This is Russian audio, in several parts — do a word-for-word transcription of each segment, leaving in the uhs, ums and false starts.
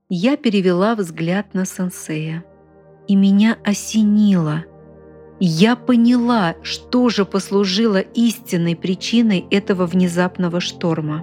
Я перевела взгляд на сенсея, и меня осенило. Я поняла, что же послужило истинной причиной этого внезапного шторма.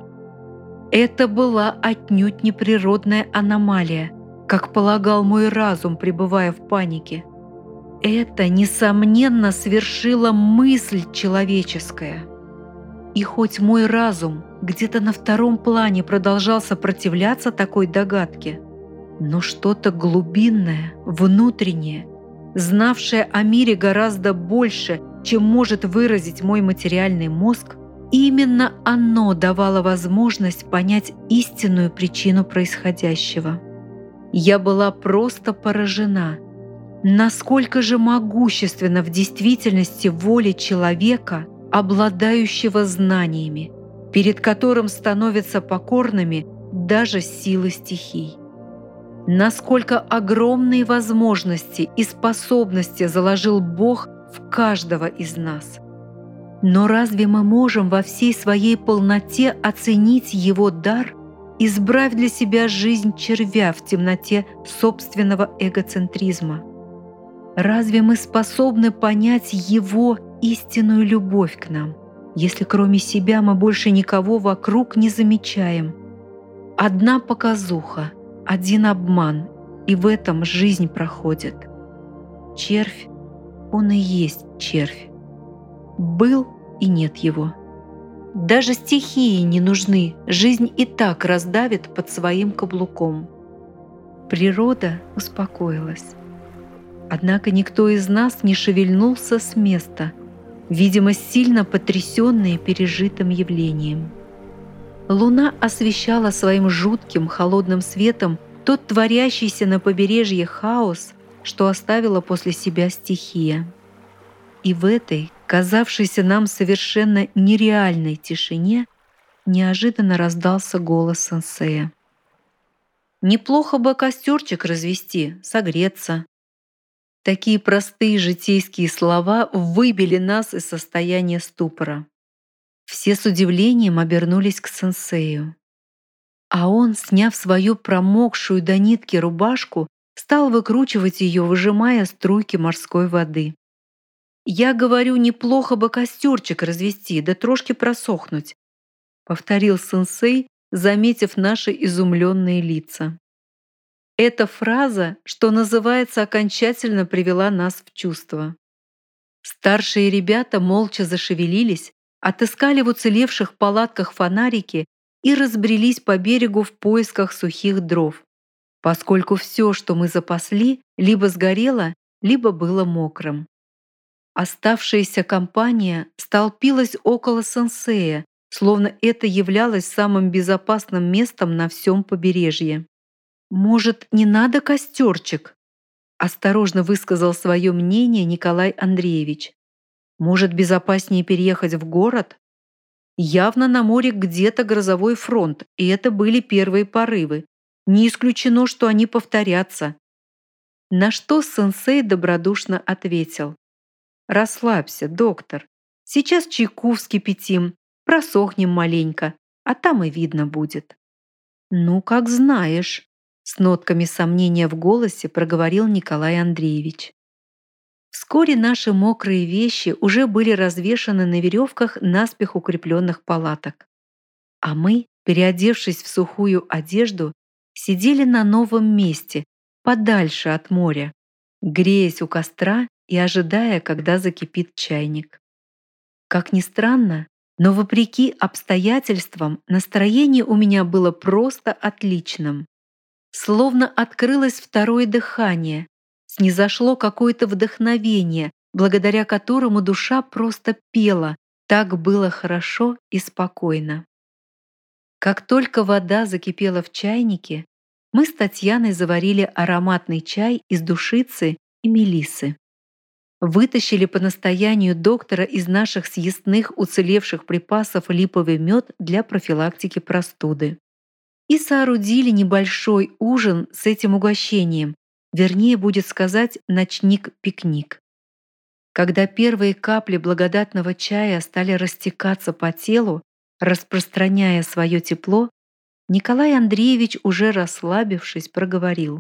Это была отнюдь не природная аномалия, как полагал мой разум, пребывая в панике. Это, несомненно, свершила мысль человеческая. И хоть мой разум где-то на втором плане продолжал сопротивляться такой догадке, но что-то глубинное, внутреннее, знавшее о мире гораздо больше, чем может выразить мой материальный мозг, именно оно давало возможность понять истинную причину происходящего. Я была просто поражена, насколько же могущественна в действительности воля человека, обладающего знаниями, перед которым становятся покорными даже силы стихий. Насколько огромные возможности и способности заложил Бог в каждого из нас. Но разве мы можем во всей своей полноте оценить Его дар, избрав для себя жизнь червя в темноте собственного эгоцентризма? Разве мы способны понять Его истинную любовь к нам, если кроме себя мы больше никого вокруг не замечаем? Одна показуха, один обман, и в этом жизнь проходит. Червь, он и есть червь. Был и нет его. Даже стихии не нужны, жизнь и так раздавит под своим каблуком. Природа успокоилась. Однако никто из нас не шевельнулся с места, видимо, сильно потрясенные пережитым явлением. Луна освещала своим жутким холодным светом тот творящийся на побережье хаос, что оставила после себя стихия. И в этой, казавшейся нам совершенно нереальной тишине, неожиданно раздался голос сенсея. «Неплохо бы костерчик развести, согреться». Такие простые житейские слова выбили нас из состояния ступора. Все с удивлением обернулись к сенсею. А он, сняв свою промокшую до нитки рубашку, стал выкручивать ее, выжимая струйки морской воды. «Я говорю, неплохо бы костерчик развести, да трошки просохнуть», повторил сенсей, заметив наши изумленные лица. Эта фраза, что называется, окончательно привела нас в чувство. Старшие ребята молча зашевелились, отыскали в уцелевших палатках фонарики и разбрелись по берегу в поисках сухих дров, поскольку все, что мы запасли, либо сгорело, либо было мокрым. Оставшаяся компания столпилась около сенсея, словно это являлось самым безопасным местом на всем побережье. «Может, не надо костерчик?» — осторожно высказал свое мнение Николай Андреевич. «Может, безопаснее переехать в город? Явно на море где-то грозовой фронт, и это были первые порывы. Не исключено, что они повторятся». На что сенсей добродушно ответил: «Расслабься, доктор. Сейчас чайку вскипятим, просохнем маленько, а там и видно будет». «Ну, как знаешь», — с нотками сомнения в голосе проговорил Николай Андреевич. Вскоре наши мокрые вещи уже были развешаны на веревках наспех укрепленных палаток. А мы, переодевшись в сухую одежду, сидели на новом месте, подальше от моря, греясь у костра и ожидая, когда закипит чайник. Как ни странно, но вопреки обстоятельствам настроение у меня было просто отличным. Словно открылось второе дыхание, снизошло какое-то вдохновение, благодаря которому душа просто пела, так было хорошо и спокойно. Как только вода закипела в чайнике, мы с Татьяной заварили ароматный чай из душицы и мелиссы. Вытащили по настоянию доктора из наших съестных уцелевших припасов липовый мед для профилактики простуды. И соорудили небольшой ужин с этим угощением, вернее, будет сказать, ночник-пикник. Когда первые капли благодатного чая стали растекаться по телу, распространяя свое тепло, Николай Андреевич, уже расслабившись, проговорил.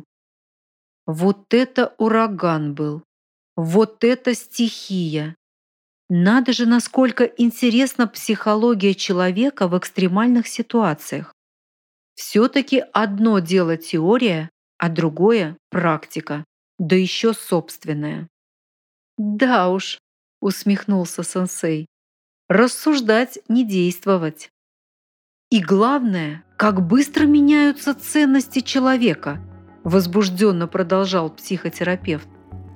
Вот это ураган был! Вот это стихия! Надо же, насколько интересна психология человека в экстремальных ситуациях. Все-таки одно дело теория, а другое — практика, да еще собственная. «Да уж», — усмехнулся сенсей, — «рассуждать, не действовать». «И главное, как быстро меняются ценности человека», — возбужденно продолжал психотерапевт.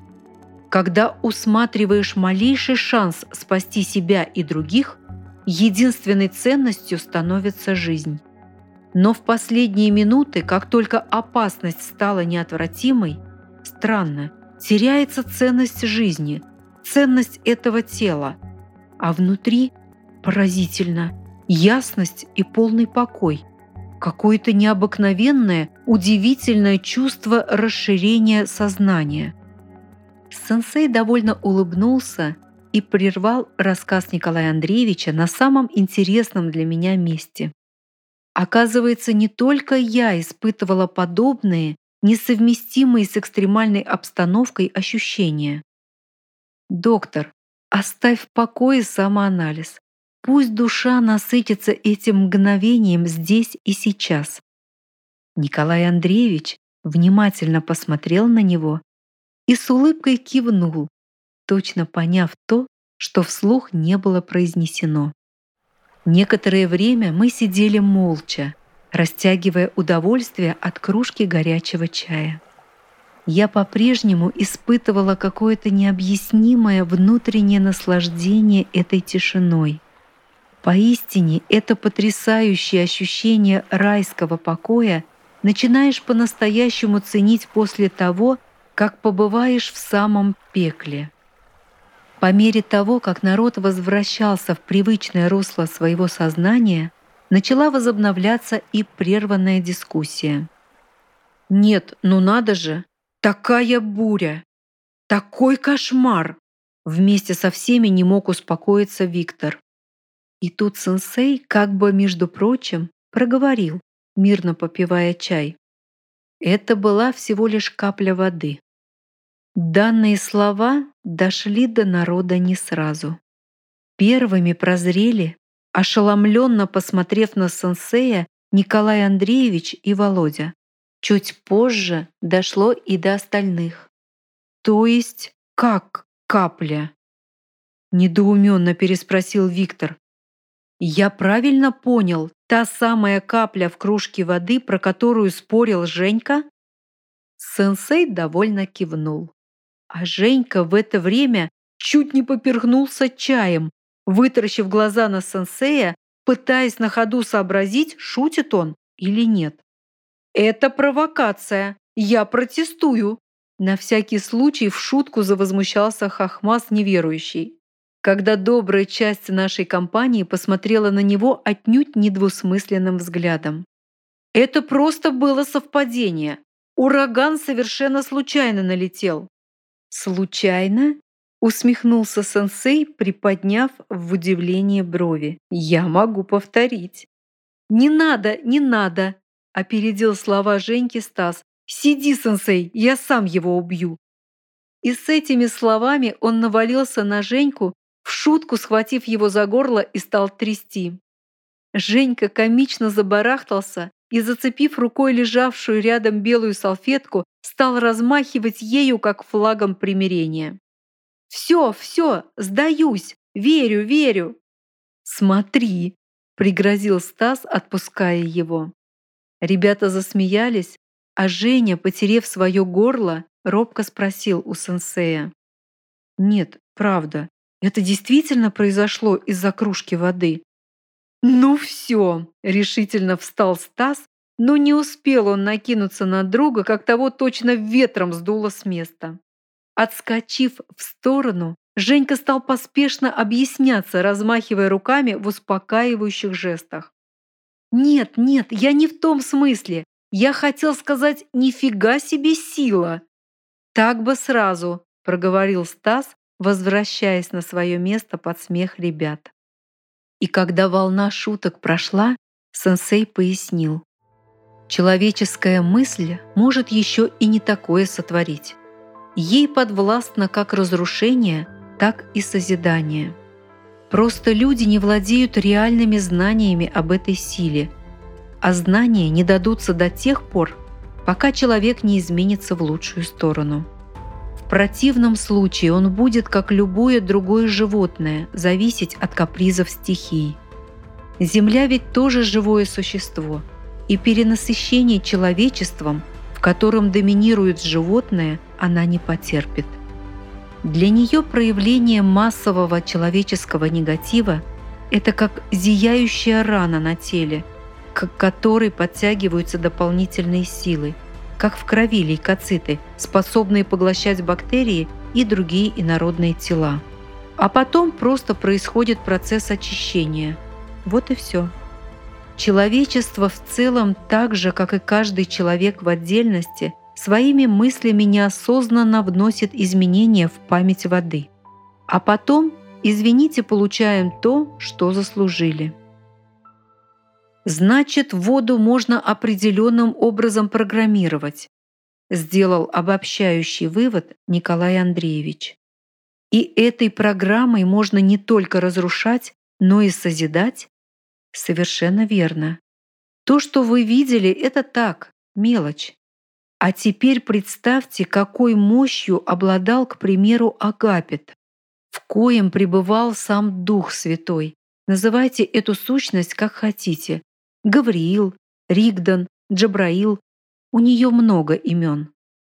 «Когда усматриваешь малейший шанс спасти себя и других, единственной ценностью становится жизнь. Но в последние минуты, как только опасность стала неотвратимой, странно, теряется ценность жизни, ценность этого тела, а внутри поразительно ясность и полный покой, какое-то необыкновенное, удивительное чувство расширения сознания». Сенсей довольно улыбнулся и прервал рассказ Николая Андреевича на самом интересном для меня месте. Оказывается, не только я испытывала подобные, несовместимые с экстремальной обстановкой ощущения. «Доктор, оставь в покое самоанализ. Пусть душа насытится этим мгновением здесь и сейчас». Николай Андреевич внимательно посмотрел на него и с улыбкой кивнул, точно поняв то, что вслух не было произнесено. Некоторое время мы сидели молча, растягивая удовольствие от кружки горячего чая. Я по-прежнему испытывала какое-то необъяснимое внутреннее наслаждение этой тишиной. Поистине, это потрясающее ощущение райского покоя начинаешь по-настоящему ценить после того, как побываешь в самом пекле. По мере того, как народ возвращался в привычное русло своего сознания, начала возобновляться и прерванная дискуссия. «Нет, ну надо же! Такая буря! Такой кошмар!» Вместе со всеми не мог успокоиться Виктор. И тут сенсей, как бы между прочим, проговорил, мирно попивая чай. Это была всего лишь капля воды. Данные слова дошли до народа не сразу. Первыми прозрели, ошеломленно посмотрев на сенсея, Николай Андреевич и Володя. Чуть позже дошло и до остальных. «То есть как капля?» — недоуменно переспросил Виктор. «Я правильно понял, та самая капля в кружке воды, про которую спорил Женька?» Сенсей довольно кивнул. А Женька в это время чуть не поперхнулся чаем, вытаращив глаза на сенсея, пытаясь на ходу сообразить, шутит он или нет. «Это провокация! Я протестую!» На всякий случай в шутку завозмущался Хохмас неверующий, когда добрая часть нашей компании посмотрела на него отнюдь недвусмысленным взглядом. «Это просто было совпадение. Ураган совершенно случайно налетел». «Случайно?» — усмехнулся сенсей, приподняв в удивлении брови. «Я могу повторить». «Не надо, не надо!» — опередил слова Женьки Стас. «Сиди, сенсей, я сам его убью». И с этими словами он навалился на Женьку, в шутку схватив его за горло и стал трясти. Женька комично забарахтался и, зацепив рукой лежавшую рядом белую салфетку, стал размахивать ею, как флагом примирения. «Все, все, сдаюсь, верю, верю». «Смотри», — пригрозил Стас, отпуская его. Ребята засмеялись, а Женя, потерев свое горло, робко спросил у сенсея. «Нет, правда, это действительно произошло из-за кружки воды?» «Ну все!» — решительно встал Стас, но не успел он накинуться на друга, как того точно ветром сдуло с места. Отскочив в сторону, Женька стал поспешно объясняться, размахивая руками в успокаивающих жестах. «Нет, нет, я не в том смысле. Я хотел сказать, нифига себе сила!» «Так бы сразу», — проговорил Стас, возвращаясь на свое место под смех ребят. И когда волна шуток прошла, сенсей пояснил. Человеческая мысль может еще и не такое сотворить. Ей подвластно как разрушение, так и созидание. Просто люди не владеют реальными знаниями об этой силе, а знания не дадутся до тех пор, пока человек не изменится в лучшую сторону. В противном случае он будет, как любое другое животное, зависеть от капризов стихий. Земля ведь тоже живое существо, и перенасыщение человечеством, в котором доминирует животное, она не потерпит. Для нее проявление массового человеческого негатива – это как зияющая рана на теле, к которой подтягиваются дополнительные силы, как в крови лейкоциты, способные поглощать бактерии и другие инородные тела. А потом просто происходит процесс очищения. Вот и все. Человечество в целом, так же, как и каждый человек в отдельности, своими мыслями неосознанно вносит изменения в память воды. А потом, извините, получаем то, что заслужили. Значит, воду можно определенным образом программировать, сделал обобщающий вывод Николай Андреевич. И этой программой можно не только разрушать, но и созидать? Совершенно верно. То, что вы видели, это так, мелочь. А теперь представьте, какой мощью обладал, к примеру, Агапит, в коем пребывал сам Дух Святой. Называйте эту сущность как хотите. Гавриил, Ригдан, Джабраил. У нее много имен.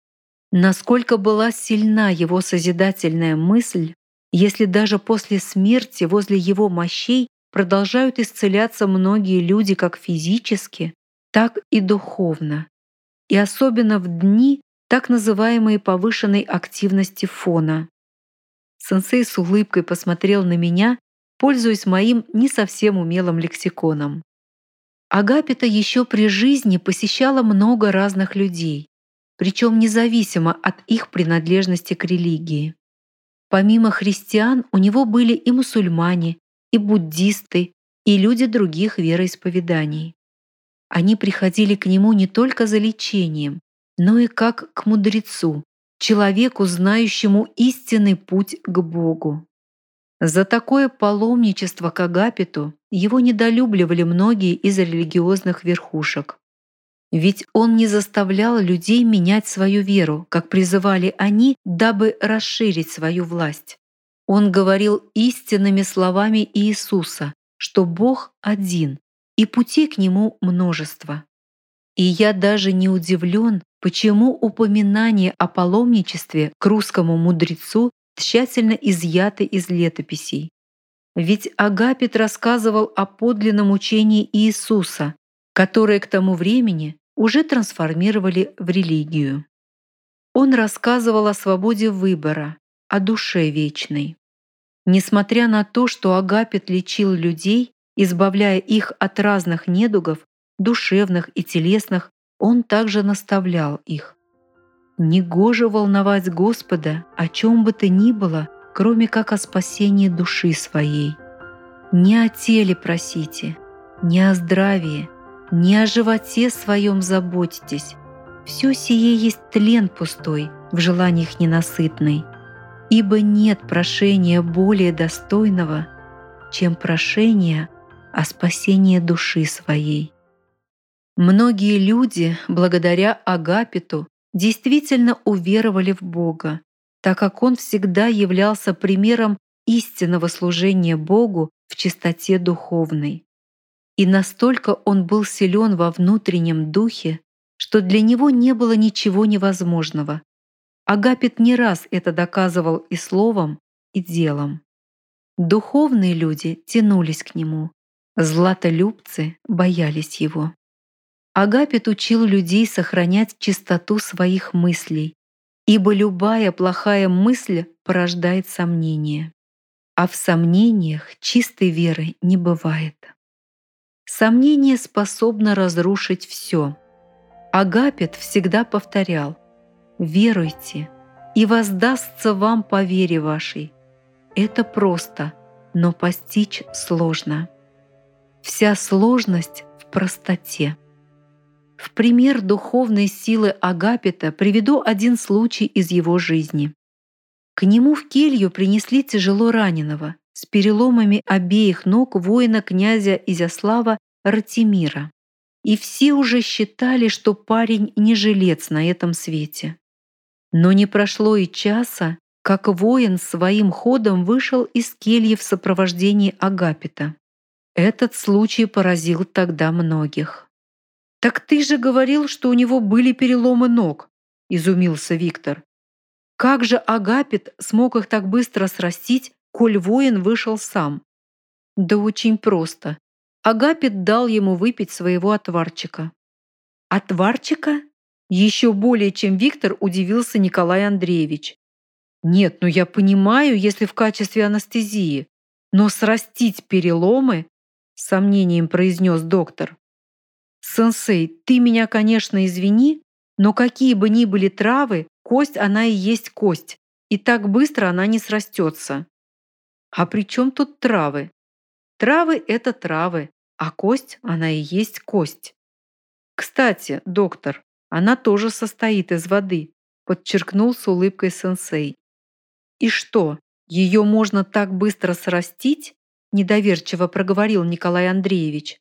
Насколько была сильна его созидательная мысль, если даже после смерти возле его мощей продолжают исцеляться многие люди как физически, так и духовно. И особенно в дни так называемой повышенной активности фона. Сенсей с улыбкой посмотрел на меня, пользуясь моим не совсем умелым лексиконом. Агапита еще при жизни посещала много разных людей, причем независимо от их принадлежности к религии. Помимо христиан у него были и мусульмане, и буддисты, и люди других вероисповеданий. Они приходили к нему не только за лечением, но и как к мудрецу, человеку, знающему истинный путь к Богу. За такое паломничество к Агапиту его недолюбливали многие из религиозных верхушек. Ведь он не заставлял людей менять свою веру, как призывали они, дабы расширить свою власть. Он говорил истинными словами Иисуса, что Бог один, и путей к Нему множество. И я даже не удивлен, почему упоминания о паломничестве к русскому мудрецу тщательно изъяты из летописей. Ведь Агапит рассказывал о подлинном учении Иисуса, которое к тому времени уже трансформировали в религию. Он рассказывал о свободе выбора, о душе вечной. Несмотря на то, что Агапит лечил людей, избавляя их от разных недугов, душевных и телесных, он также наставлял их. «Негоже волновать Господа о чем бы то ни было, кроме как о спасении души своей. Не о теле просите, не о здравии, не о животе своем заботьтесь. Все сие есть тлен пустой в желаниях ненасытной. Ибо нет прошения более достойного, чем прошение о спасении души своей». Многие люди, благодаря Агапиту, действительно уверовали в Бога, так как он всегда являлся примером истинного служения Богу в чистоте духовной. И настолько он был силен во внутреннем духе, что для него не было ничего невозможного. Агапит не раз это доказывал и словом, и делом. Духовные люди тянулись к нему, златолюбцы боялись его. Агапит учил людей сохранять чистоту своих мыслей, ибо любая плохая мысль порождает сомнение, а в сомнениях чистой веры не бывает. Сомнение способно разрушить все. Агапит всегда повторял: «Веруйте, и воздастся вам по вере вашей». Это просто, но постичь сложно. Вся сложность в простоте. В пример духовной силы Агапита приведу один случай из его жизни. К нему в келью принесли тяжело раненого с переломами обеих ног воина князя Изяслава Ратимира. И все уже считали, что парень не жилец на этом свете. Но не прошло и часа, как воин своим ходом вышел из кельи в сопровождении Агапита. Этот случай поразил тогда многих. «Так ты же говорил, что у него были переломы ног», — изумился Виктор. «Как же Агапит смог их так быстро срастить, коль воин вышел сам?» «Да очень просто. Агапит дал ему выпить своего отварчика». «Отварчика?» Еще более чем Виктор удивился Николай Андреевич. «Нет, ну я понимаю, если в качестве анестезии, но срастить переломы?» — с сомнением произнес доктор. «Сенсей, ты меня, конечно, извини, но какие бы ни были травы, кость она и есть кость, и так быстро она не срастется». «А при чем тут травы?» «Травы — это травы, а кость она и есть кость». «Кстати, доктор, она тоже состоит из воды», — подчеркнул с улыбкой сенсей. «И что, ее можно так быстро срастить?» — недоверчиво проговорил Николай Андреевич.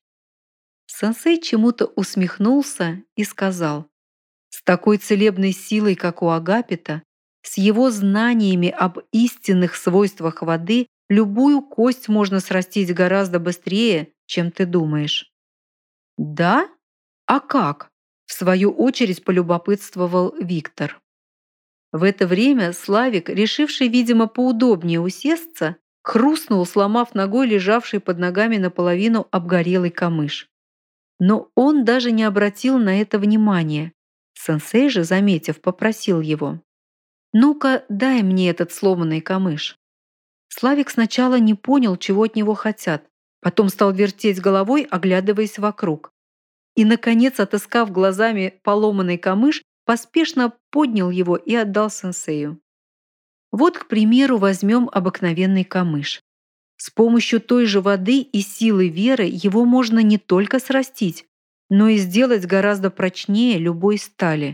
Сенсей чему-то усмехнулся и сказал: «С такой целебной силой, как у Агапита, с его знаниями об истинных свойствах воды, любую кость можно срастить гораздо быстрее, чем ты думаешь». «Да? А как?» — в свою очередь полюбопытствовал Виктор. В это время Славик, решивший, видимо, поудобнее усесться, хрустнул, сломав ногой лежавший под ногами наполовину обгорелый камыш. Но он даже не обратил на это внимания. Сенсей же, заметив, попросил его: «Ну-ка, дай мне этот сломанный камыш». Славик сначала не понял, чего от него хотят, потом стал вертеть головой, оглядываясь вокруг. И, наконец, отыскав глазами поломанный камыш, поспешно поднял его и отдал сенсею. Вот, к примеру, возьмем обыкновенный камыш. С помощью той же воды и силы веры его можно не только срастить, но и сделать гораздо прочнее любой стали.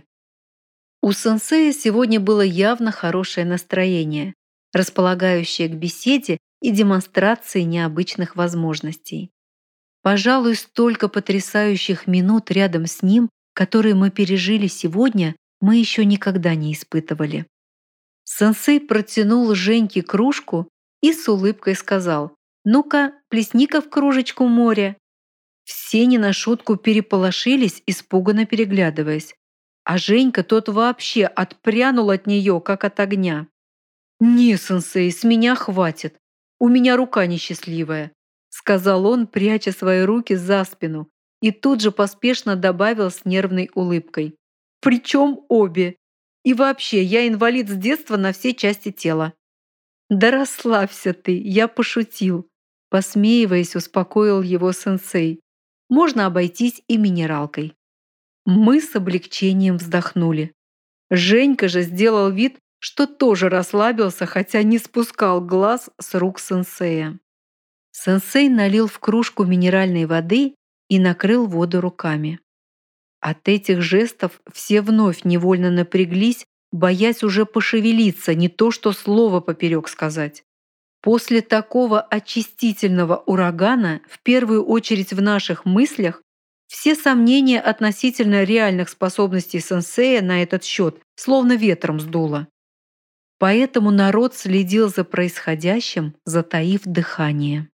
У сенсея сегодня было явно хорошее настроение, располагающее к беседе и демонстрации необычных возможностей. Пожалуй, столько потрясающих минут рядом с ним, которые мы пережили сегодня, мы еще никогда не испытывали. Сенсей протянул Женьке кружку и с улыбкой сказал: «Ну-ка, плесни-ка в кружечку моря». Все не на шутку переполошились, испуганно переглядываясь. А Женька тот вообще отпрянул от нее, как от огня. «Не, сенсей, с меня хватит. У меня рука несчастливая», — сказал он, пряча свои руки за спину, и тут же поспешно добавил с нервной улыбкой: «Причем обе. И вообще, я инвалид с детства на все части тела». «Да расслабься ты, я пошутил», — посмеиваясь, успокоил его сенсей. «Можно обойтись и минералкой». Мы с облегчением вздохнули. Женька же сделал вид, что тоже расслабился, хотя не спускал глаз с рук сенсея. Сенсей налил в кружку минеральной воды и накрыл воду руками. От этих жестов все вновь невольно напряглись, боясь уже пошевелиться, не то что слово поперек сказать. После такого очистительного урагана, в первую очередь в наших мыслях, все сомнения относительно реальных способностей сенсея на этот счет словно ветром сдуло. Поэтому народ следил за происходящим, затаив дыхание.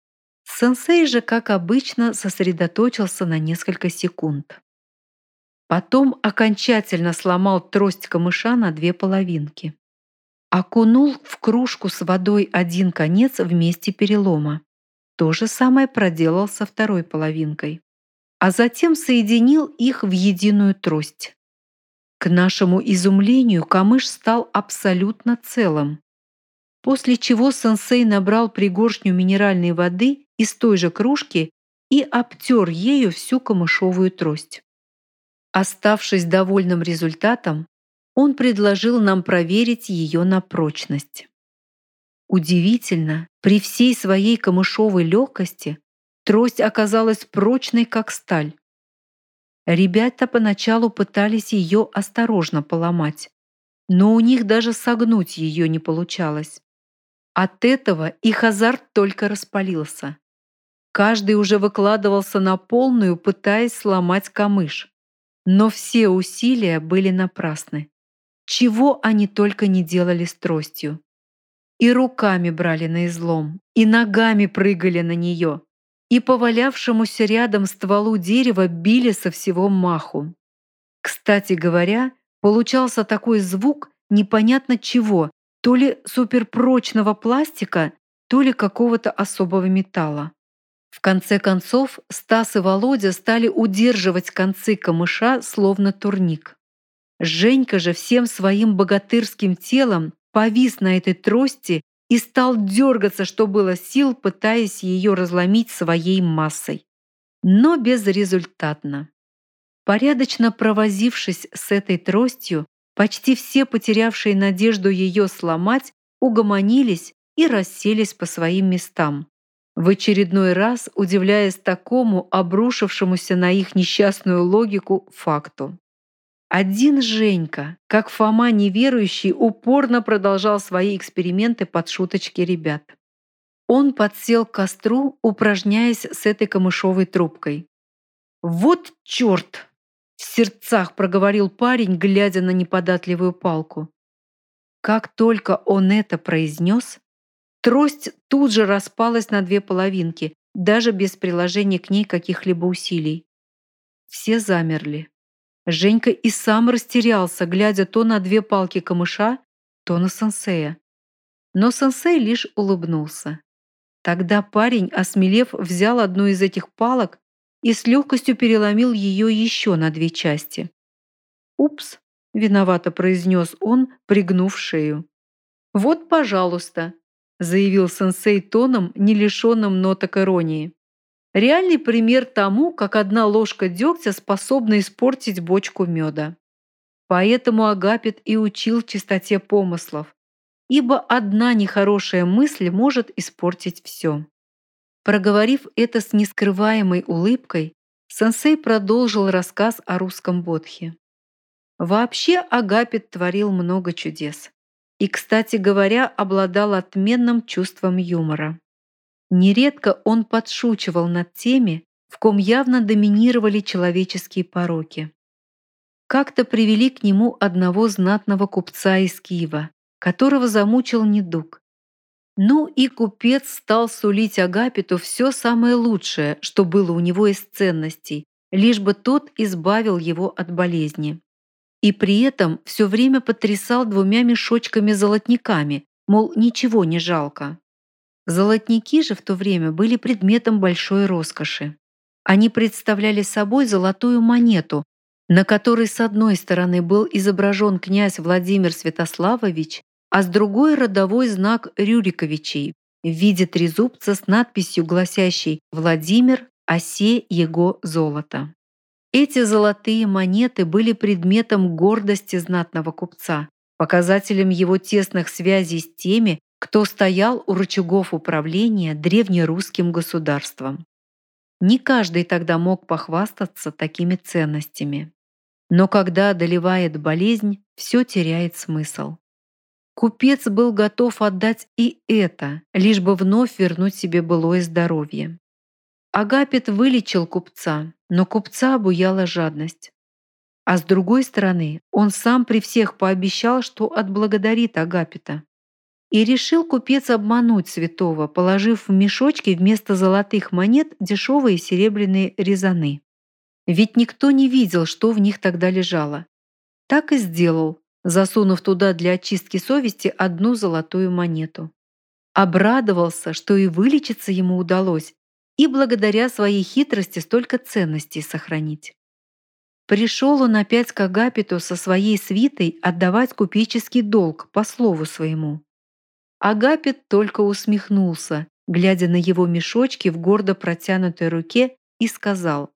Сенсей же, как обычно, сосредоточился на несколько секунд. Потом окончательно сломал трость камыша на две половинки. Окунул в кружку с водой один конец в месте перелома. То же самое проделал со второй половинкой. А затем соединил их в единую трость. К нашему изумлению камыш стал абсолютно целым. После чего сенсей набрал пригоршню минеральной воды из той же кружки и обтер ею всю камышовую трость. Оставшись довольным результатом, он предложил нам проверить ее на прочность. Удивительно, при всей своей камышовой легкости трость оказалась прочной, как сталь. Ребята поначалу пытались ее осторожно поломать, но у них даже согнуть ее не получалось. От этого их азарт только распалился. Каждый уже выкладывался на полную, пытаясь сломать камыш. Но все усилия были напрасны. Чего они только не делали с тростью. И руками брали на излом, и ногами прыгали на нее, и по валявшемуся рядом стволу дерева били со всего маху. Кстати говоря, получался такой звук непонятно чего, то ли суперпрочного пластика, то ли какого-то особого металла. В конце концов, Стас и Володя стали удерживать концы камыша, словно турник. Женька же всем своим богатырским телом повис на этой трости и стал дергаться, что было сил, пытаясь ее разломить своей массой. Но безрезультатно. Порядочно провозившись с этой тростью, почти все потерявшие надежду ее сломать угомонились и расселись по своим местам, в очередной раз удивляясь такому обрушившемуся на их несчастную логику факту. Один Женька, как Фома неверующий, упорно продолжал свои эксперименты под шуточки ребят. Он подсел к костру, упражняясь с этой камышовой трубкой. «Вот черт!» — в сердцах проговорил парень, глядя на неподатливую палку. Как только он это произнес, трость тут же распалась на две половинки, даже без приложения к ней каких-либо усилий. Все замерли. Женька и сам растерялся, глядя то на две палки камыша, то на сенсея. Но сенсей лишь улыбнулся. Тогда парень, осмелев, взял одну из этих палок и с легкостью переломил ее еще на две части. «Упс», — виновато произнес он, пригнув шею. «Вот, пожалуйста», — заявил сенсей тоном, не лишенным ноток иронии. Реальный пример тому, как одна ложка дегтя способна испортить бочку меда. Поэтому Агапит и учил чистоте помыслов, ибо одна нехорошая мысль может испортить все. Проговорив это с нескрываемой улыбкой, сенсей продолжил рассказ о русском Бодхе. Вообще Агапит творил много чудес. И, кстати говоря, обладал отменным чувством юмора. Нередко он подшучивал над теми, в ком явно доминировали человеческие пороки. Как-то привели к нему одного знатного купца из Киева, которого замучил недуг. Ну и купец стал сулить Агапиту все самое лучшее, что было у него из ценностей, лишь бы тот избавил его от болезни. И при этом все время потрясал двумя мешочками-золотниками, мол, ничего не жалко. Золотники же в то время были предметом большой роскоши. Они представляли собой золотую монету, на которой с одной стороны был изображен князь Владимир Святославович, а с другой — родовой знак Рюриковичей в виде трезубца с надписью, гласящей «Владимир, осе его золото». Эти золотые монеты были предметом гордости знатного купца, показателем его тесных связей с теми, кто стоял у рычагов управления древнерусским государством. Не каждый тогда мог похвастаться такими ценностями. Но когда одолевает болезнь, все теряет смысл. Купец был готов отдать и это, лишь бы вновь вернуть себе былое здоровье. Агапит вылечил купца, но купца обуяла жадность. А с другой стороны, он сам при всех пообещал, что отблагодарит Агапита. И решил купец обмануть святого, положив в мешочки вместо золотых монет дешевые серебряные резаны. Ведь никто не видел, что в них тогда лежало. Так и сделал, засунув туда для очистки совести одну золотую монету. Обрадовался, что и вылечиться ему удалось, и благодаря своей хитрости столько ценностей сохранить. Пришел он опять к Агапиту со своей свитой отдавать купеческий долг по слову своему. Агапит только усмехнулся, глядя на его мешочки в гордо протянутой руке, и сказал: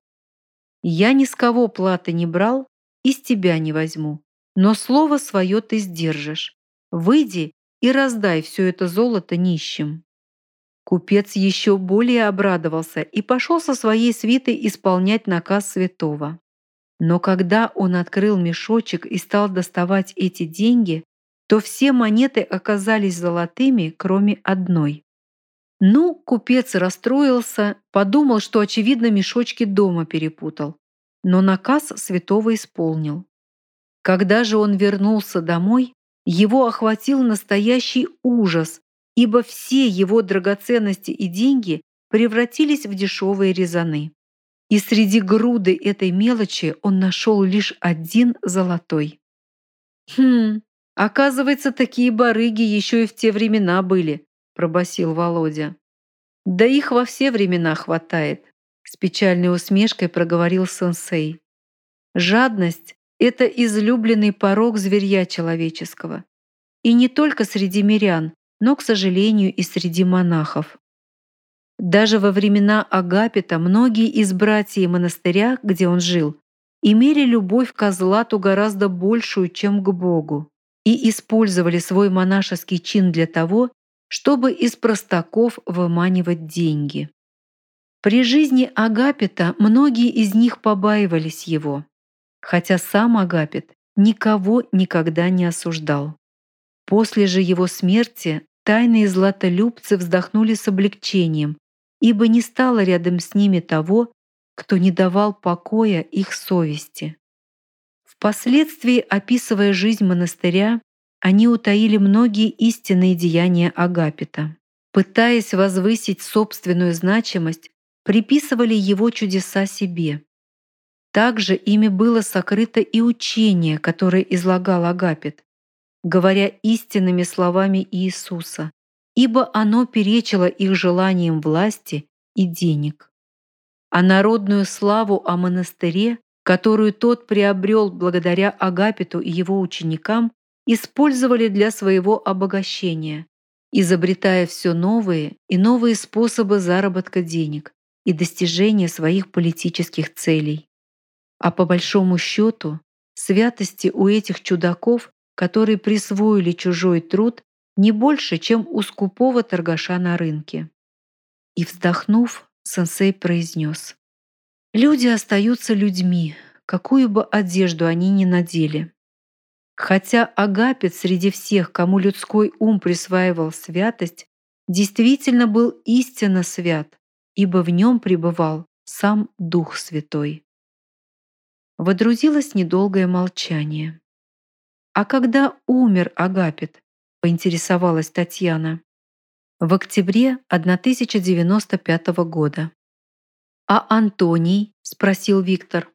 «Я ни с кого платы не брал и с тебя не возьму, но слово свое ты сдержишь. Выйди и раздай все это золото нищим». Купец еще более обрадовался и пошел со своей свитой исполнять наказ святого. Но когда он открыл мешочек и стал доставать эти деньги, то все монеты оказались золотыми, кроме одной. Ну, купец расстроился, подумал, что, очевидно, мешочки дома перепутал, но наказ святого исполнил. Когда же он вернулся домой, его охватил настоящий ужас, ибо все его драгоценности и деньги превратились в дешевые резаны. И среди груды этой мелочи он нашел лишь один золотой. «Хм, оказывается, такие барыги еще и в те времена были», — пробасил Володя. «Да их во все времена хватает», — с печальной усмешкой проговорил сенсей. «Жадность — это излюбленный порок зверья человеческого. И не только среди мирян, но, к сожалению, и среди монахов. Даже во времена Агапита многие из братьев монастыря, где он жил, имели любовь к злату гораздо большую, чем к Богу, и использовали свой монашеский чин для того, чтобы из простаков выманивать деньги. При жизни Агапита многие из них побаивались его, хотя сам Агапит никого никогда не осуждал. После же его смерти тайные златолюбцы вздохнули с облегчением, ибо не стало рядом с ними того, кто не давал покоя их совести. Впоследствии, описывая жизнь монастыря, они утаили многие истинные деяния Агапита. Пытаясь возвысить собственную значимость, приписывали его чудеса себе. Также ими было сокрыто и учение, которое излагал Агапит, говоря истинными словами Иисуса, ибо оно перечило их желаниям власти и денег. А народную славу о монастыре, которую тот приобрел благодаря Агапиту и его ученикам, использовали для своего обогащения, изобретая все новые и новые способы заработка денег и достижения своих политических целей. А по большому счету, святости у этих чудаков, которые присвоили чужой труд, не больше, чем у скупого торгаша на рынке. И, вздохнув, сенсей произнес: «Люди остаются людьми, какую бы одежду они ни надели». Хотя Агапит среди всех, кому людской ум присваивал святость, действительно был истинно свят, ибо в нем пребывал сам Дух Святой. Водрузилось недолгое молчание. «А когда умер Агапит?» — поинтересовалась Татьяна. «В октябре тысяча девяносто пятого года». «А Антоний?» — спросил Виктор.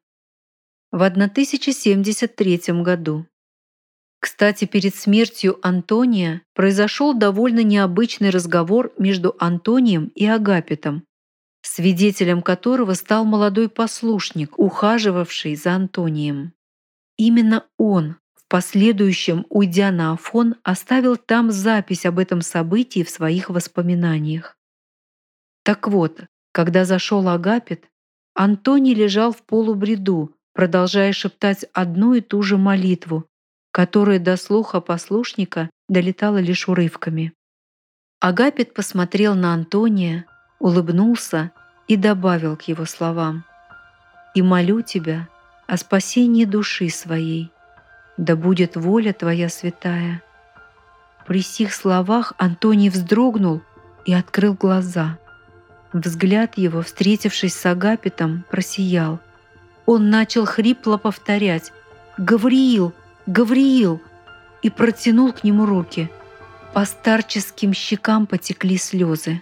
«В тысяча семьдесят третьем году». Кстати, перед смертью Антония произошел довольно необычный разговор между Антонием и Агапитом, свидетелем которого стал молодой послушник, ухаживавший за Антонием. Именно он, в последующем, уйдя на Афон, оставил там запись об этом событии в своих воспоминаниях. Так вот, когда зашел Агапит, Антоний лежал в полубреду, продолжая шептать одну и ту же молитву, которая до слуха послушника долетала лишь урывками. Агапит посмотрел на Антония, улыбнулся и добавил к его словам: «И молю тебя о спасении души своей, да будет воля твоя святая». При сих словах Антоний вздрогнул и открыл глаза. Взгляд его, встретившись с Агапитом, просиял. Он начал хрипло повторять: «Гавриил! Гавриил!» и протянул к нему руки. По старческим щекам потекли слезы.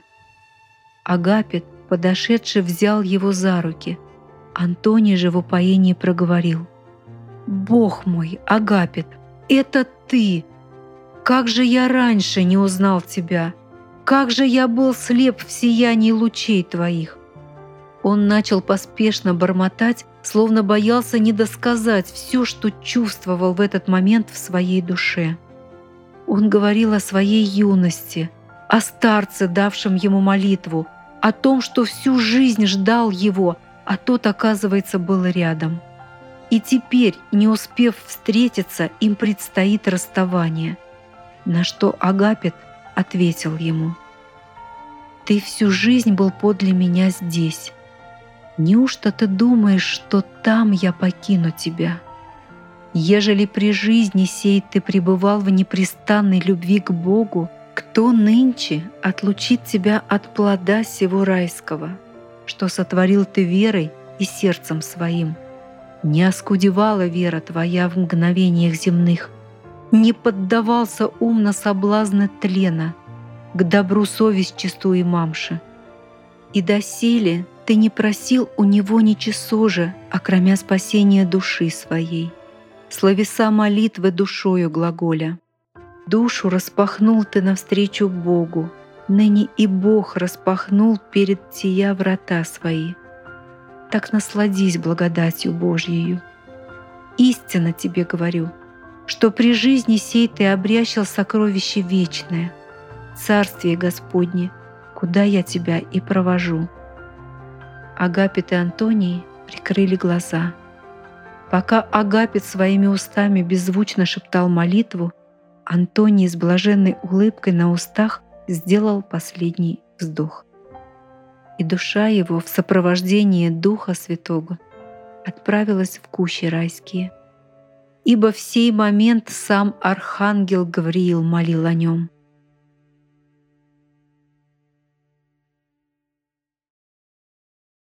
Агапит, подошедший, взял его за руки. Антоний же в упоении проговорил: «Бог мой, Агапит, это ты! Как же я раньше не узнал тебя! Как же я был слеп в сиянии лучей твоих!» Он начал поспешно бормотать, словно боялся недосказать все, что чувствовал в этот момент в своей душе. Он говорил о своей юности, о старце, давшем ему молитву, о том, что всю жизнь ждал его, а тот, оказывается, был рядом. И теперь, не успев встретиться, им предстоит расставание. На что Агапит ответил ему: «Ты всю жизнь был подле меня здесь. Неужто ты думаешь, что там я покину тебя? Ежели при жизни сей ты пребывал в непрестанной любви к Богу, кто нынче отлучит тебя от плода сего райского, что сотворил ты верой и сердцем своим? Не оскудевала вера твоя в мгновениях земных, не поддавался ум на соблазны тлена, к добру совесть чистую мамши. И доселе ты не просил у него ничего же, окромя спасения души своей, словеса молитвы душою глаголя. Душу распахнул ты навстречу Богу, ныне и Бог распахнул перед тия врата свои. Так насладись благодатью Божьею. Истинно тебе говорю, что при жизни сей ты обрящал сокровище вечное, Царствие Господне, куда я тебя и провожу». Агапит и Антоний прикрыли глаза. Пока Агапит своими устами беззвучно шептал молитву, Антоний с блаженной улыбкой на устах сделал последний вздох. И душа его в сопровождении Духа Святого отправилась в кущи райские. Ибо в сей момент сам архангел Гавриил молил о нем.